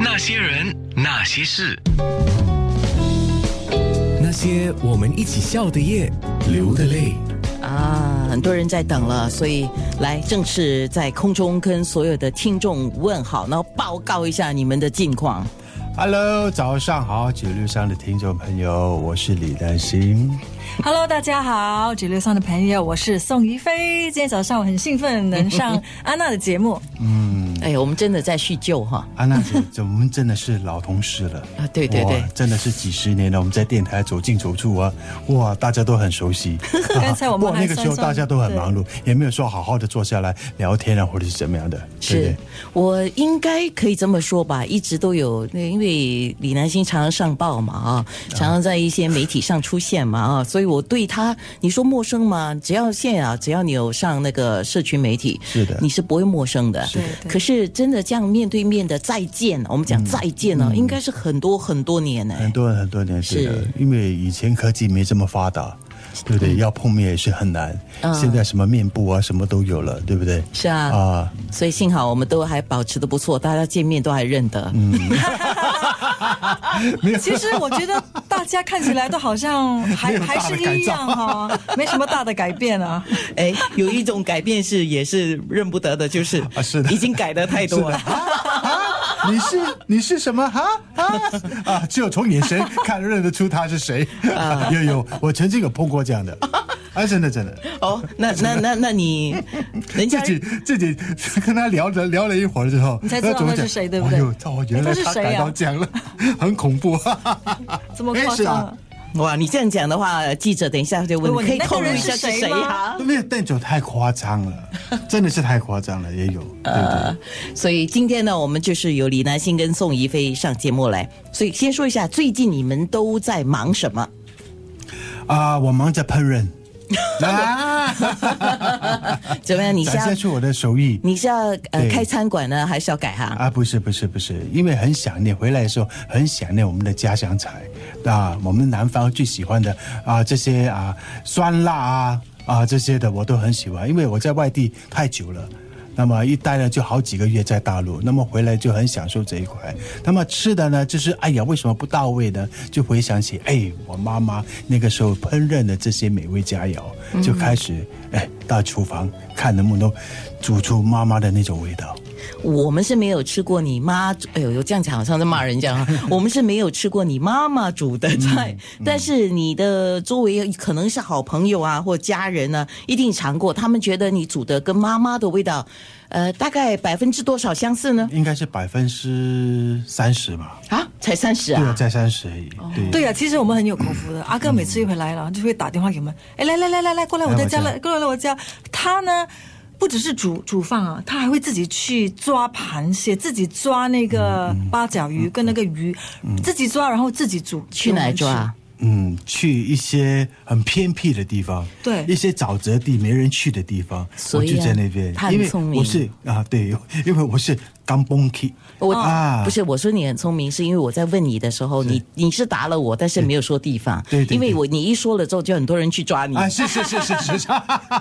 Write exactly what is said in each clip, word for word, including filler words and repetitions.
那些人，那些事， 那些我们一起笑的夜，流的泪啊，很多人在等了，所以来正式在空中跟所有的听众问好，然后报告一下你们的近况。 Hello， 早上好，九六三的听众朋友，我是李丹心。 Hello， 大家好，九六三的朋友，我是宋怡菲。今天早上我很兴奋能上安娜的节目。 嗯，哎，我们真的在叙旧哈。 安娜姐，我们真的是老同事了啊！对对对， 真的是几十年了，我们在电台走进走出啊，哇，大家都很熟悉。 刚才我们哇，那个时候大家都很忙碌，也没有说好好的坐下来聊天啊，或者是怎么样的。 是， 对对， 我应该可以这么说吧，一直都有，因为李南星常常上报嘛啊，常常在一些媒体上出现嘛啊，所以我对他，你说陌生吗？只要现在啊，只要你有上那个社群媒体， 是的， 你是不会陌生的。 是的。 可是真的这样面对面的再见，我们讲再见呢、嗯，应该是很多很多年呢、欸， 很多很多年是的，因为以前科技没这么发达。对不对？要碰面也是很难。嗯、现在什么面部啊，什么都有了，对不对？ 是啊，啊，所以幸好我们都还保持得不错，大家见面都还认得。嗯， 其实我觉得大家看起来都好像还还是一样哈、哦，没什么大的改变啊。 哎，有一种改变是也是认不得的，就是啊，是的， 已经改得太多了。 你是你是什么哈啊啊！只有从眼神看认得出他是谁。啊、有有，我曾经有碰过这样的，啊，真的真的。 哦，那那那那你，人家自己自己跟他聊了聊了一会儿之后， 你才知道他是谁，对不对？ 哎呦，哦，原来他改到这样了，很恐怖。 这么夸张？ 哇，你这样讲的话，记者等一下就问，可以透露一下是谁哈？ 没有，但就太夸张了，真的是太夸张了，也有。对对、呃。 所以今天呢，我们就是由李南星跟宋怡菲上节目来。所以先说一下，最近你们都在忙什么？ 啊、呃，我忙着烹饪。 啊，怎么样？你是要展现出我的手艺？ 你是要呃开餐馆呢，还是要改行？ 啊，不是不是不是，因为很想念回来的时候，很想念我们的家乡菜啊，我们南方最喜欢的啊这些啊酸辣啊啊这些的我都很喜欢，因为我在外地太久了。那么一待呢就好几个月在大陆，那么回来就很享受这一块。那么吃的呢，就是哎呀，为什么不到位呢？就回想起哎，我妈妈那个时候烹饪的这些美味佳肴，就开始哎到厨房看能不能煮出妈妈的那种味道。 我们是没有吃过你妈，哎呦，有这样讲好像在骂人家啊。我们是没有吃过你妈妈煮的菜，嗯嗯、但是你的周围可能是好朋友啊或家人呢、啊，一定尝过，他们觉得你煮的跟妈妈的味道，呃，大概百分之多少相似呢？ 应该是百分之三十吧。 啊，才三十啊？ 对啊，才三十而已。哦、对对啊，其实我们很有口福的。阿哥每次一回来了，就会打电话给我们，哎，来来来来来，过来我的家了，过来来我家。他呢？不只是煮煮饭啊，他还会自己去抓螃蟹，自己抓那个八角鱼跟那个鱼，嗯嗯、自己抓，然后自己煮。 去哪里抓？ 嗯，去一些很偏僻的地方， 对， 一些沼泽地没人去的地方， 所以、啊、 我就在那边。 他很聪明， 因为我是啊，对，因为我是刚崩去。 我啊，不是我说你很聪明，是因为我在问你的时候，你你是答了我，但是没有说地方。 对 对, 对, 对， 因为我你一说了之后，就很多人去抓你。 啊，是是是是是是。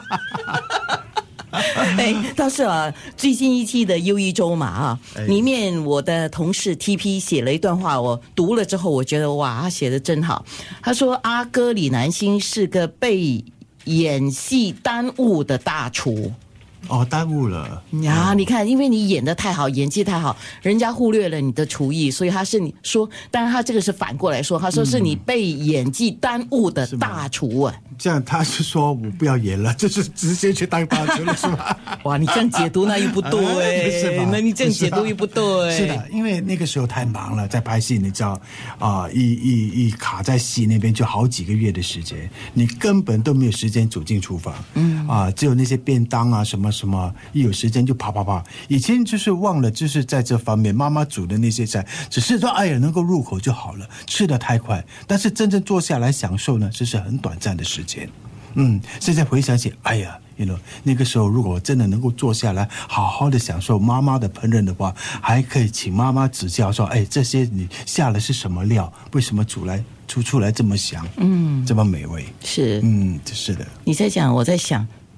哎，倒是啊，最近一期的优一周嘛啊，里面我的同事 T P 写了一段话，我读了之后，我觉得哇，他写得真好。他说阿哥李南星是个被演戏耽误的大厨。 哦，耽误了呀！你看，因为你演得太好，演技太好，人家忽略了你的厨艺，所以他是你说，当然他这个是反过来说，他说是你被演技耽误的大厨啊。 嗯、这样他是说我不要演了，就是直接去当大厨了，是吧？ 哇，你这样解读那又不对， 是吧？ 那你这样解读又不对。 是的，因为那个时候太忙了，在拍戏，你知道啊、呃，一一一卡在戏那边就好几个月的时间，你根本都没有时间走进厨房，嗯啊、呃，只有那些便当啊什么。什么一有时间就啪啪啪，以前就是忘了，就是在这方面妈妈煮的那些菜，只是说哎呀能够入口就好了，吃得太快，但是真正坐下来享受呢，这是很短暂的时间。嗯，现在回想起，哎呀 you know, 那个时候如果真的能够坐下来好好的享受妈妈的烹饪的话，还可以请妈妈指教说，哎，这些你下的是什么料，为什么煮来煮出来这么香，嗯，这么美味。 是， 嗯，是的。 你在讲，我在想，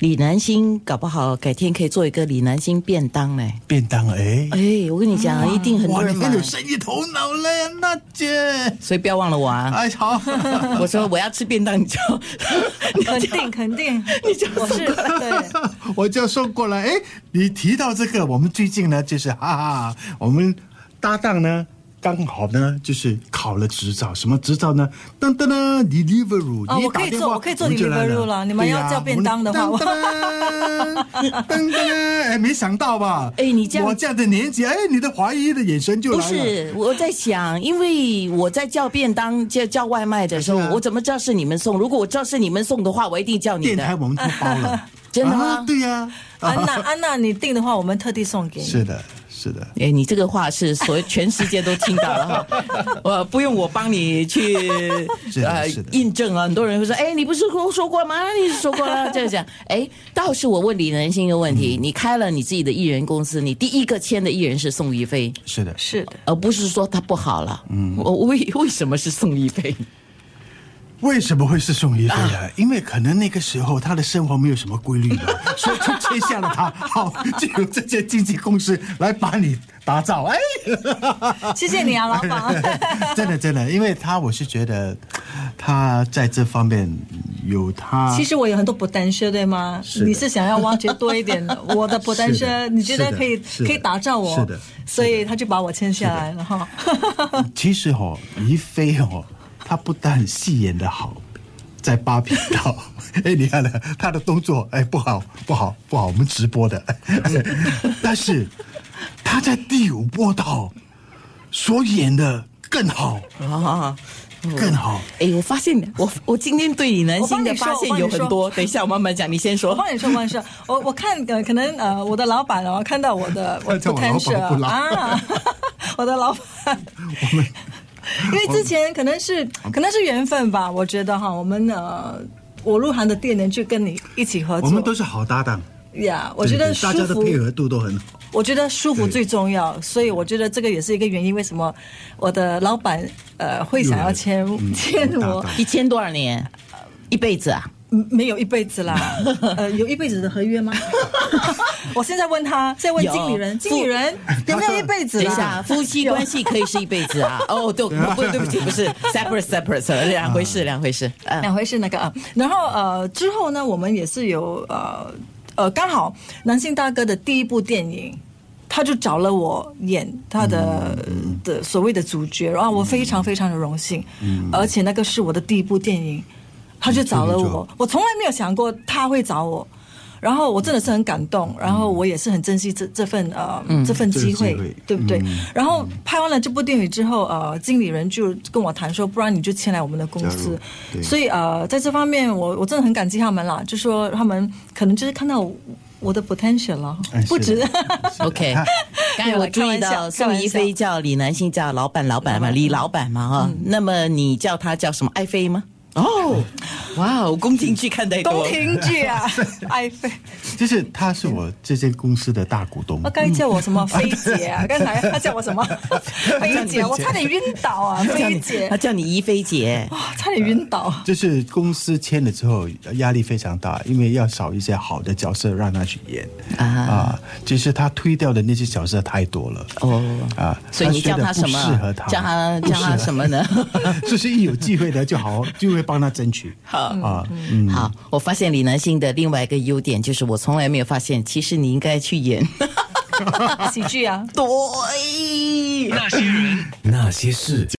李南星搞不好改天可以做一个李南星便当嘞。 便当哎哎，我跟你讲，一定很多哇， 人买你很，有生意头脑嘞，娜姐。 所以不要忘了我啊。 哎，好， 我说我要吃便当，你就肯定肯定，你就我是对。 我就送过来。哎，你提到这个，我们最近呢，就是哈哈，我们搭档呢。刚好呢，就是考了执照，什么执照呢？噔噔噔 ，Deliveroo， 哦，我可以做，我可以做 Deliveroo 了。你们要叫便当的话， 噔噔噔噔，哎，没想到吧？ 哎，你这样， 我这样的年纪，哎，你的怀疑的眼神就来了。 不是，我在想，因为我在叫便当、叫叫外卖的时候，我怎么知道是你们送？如果我知道是你们送的话，我一定叫你的。 电台我们就包了， 真的吗？ 啊、对呀、 啊，安娜，安娜，你订的话，我们特地送给你。 是的。是的， 哎，你这个话是所全世界都听到了哈，我不用我帮你去呃印证啊。很多人会说，哎，你不是跟我说过吗？你说过了，这样讲。哎，倒是我问李南星一个问题：嗯、你开了你自己的艺人公司，你第一个签的艺人是宋一菲， 是的， 是的， 而不是说他不好了。嗯，我为为什么是宋一菲？ 为什么会是宋一菲呢？啊、因为可能那个时候他的生活没有什么规律吧，所以就签下了他。好，就有这些经纪公司来把你打造。哎， 谢谢你啊，老板。 真的真的，因为他我是觉得他在这方面有他。 其实我有很多 potential 对吗？是你是想要挖掘多一点我的 potential， 你觉得可以可以打造我？ 是的， 所以他就把我签下来了哈。 其实哦，一菲哦。他不但戏演的好，在八频道，哎，你看了他的动作，哎，不好，不好，不好，我们直播的，但是他在第五波道所演的更好啊，更好。 哎，我发现我我今天对李南星的发现有很多，等一下我慢慢讲，你先说。 我帮你说，我帮你说，我我看呃，可能呃，我的老板哦，看到我的我 potential 啊，我的老板， 我们。 因为之前可能是可能是缘分吧，我觉得哈，我们呃，我入行的店呢就跟你一起合作， 我们都是好搭档呀。Yeah, 我觉得舒服， 大家的配合度都很好。 我觉得舒服最重要，所以我觉得这个也是一个原因，为什么我的老板呃会想要签、嗯、签我？ 一签多少年？一辈子啊？ 没有一辈子啦，呃，有一辈子的合约吗？我现在问他，现在问经理人，经理人有没有一辈子？ 等一下，夫妻关系可以是一辈子啊？哦，对，不，对不起，不是 separate separate 两回事，两回事， 两回事那个啊。然后呃，之后呢，我们也是有呃呃，刚好南星大哥的第一部电影。他就找了我演他的、嗯、的所谓的主角，然后我非常非常的荣幸，嗯、而且那个是我的第一部电影，他就找了我，我从来没有想过他会找我，然后我真的是很感动，然后我也是很珍惜这这份呃、嗯、这份机会，这个、对不对？嗯、然后拍完了这部电影之后，呃，经理人就跟我谈说，不然你就签来我们的公司，所以呃，在这方面我我真的很感激他们啦，就说他们可能就是看到我。我的 potential 了，不止。 OK， 刚才我注意到宋一菲叫李南星叫老板，老板嘛，李老板嘛哈。嗯、那么你叫他叫什么？爱妃吗？哦，哇哦，宫廷剧看太多。 宫廷剧啊，爱妃。 就是他是我这间公司的大股东。 他刚才叫我什么菲姐啊？刚才他叫我什么菲姐？我差点晕倒啊！菲姐， 他叫你怡菲姐， 哇，差点晕倒。 就是公司签了之后压力非常大，因为要找一些好的角色让他去演啊。啊，其实他推掉的那些角色太多了哦啊， 所以你叫他什么？ 适合他， 叫他叫他什么呢？ 就是一有机会的就好，就会帮他争取。 好啊，嗯，好。我发现李南星的另外一个优点就是，我从来没有发现，其实你应该去演喜剧啊。 对， 那些人， 那些事。